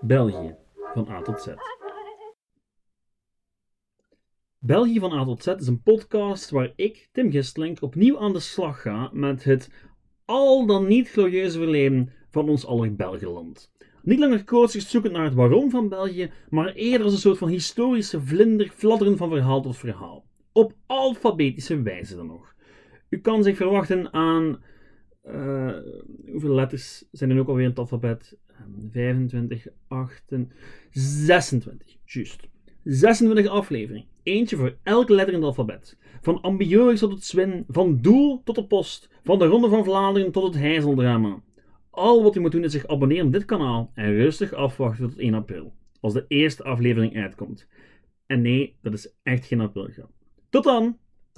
België, van A tot Z. België van A tot Z is een podcast waar ik, Tim Gistelink, opnieuw aan de slag ga met het al dan niet glorieuze verleden van ons aller Belgenland. Niet langer koortsig zoekend naar het waarom van België, maar eerder als een soort van historische vlinder fladderen van verhaal tot verhaal. Op alfabetische wijze dan nog. U kan zich verwachten aan... hoeveel letters zijn er ook alweer in het alfabet? 25, 8, 26. Juist. 26 afleveringen. Eentje voor elke letter in het alfabet. Van Ambiorix tot het Zwin, van Doel tot de Post, van de Ronde van Vlaanderen tot het Heizeldrama. Al wat u moet doen is zich abonneren op dit kanaal en rustig afwachten tot 1 april, als de eerste aflevering uitkomt. En nee, dat is echt geen aprilgrap. Tot dan!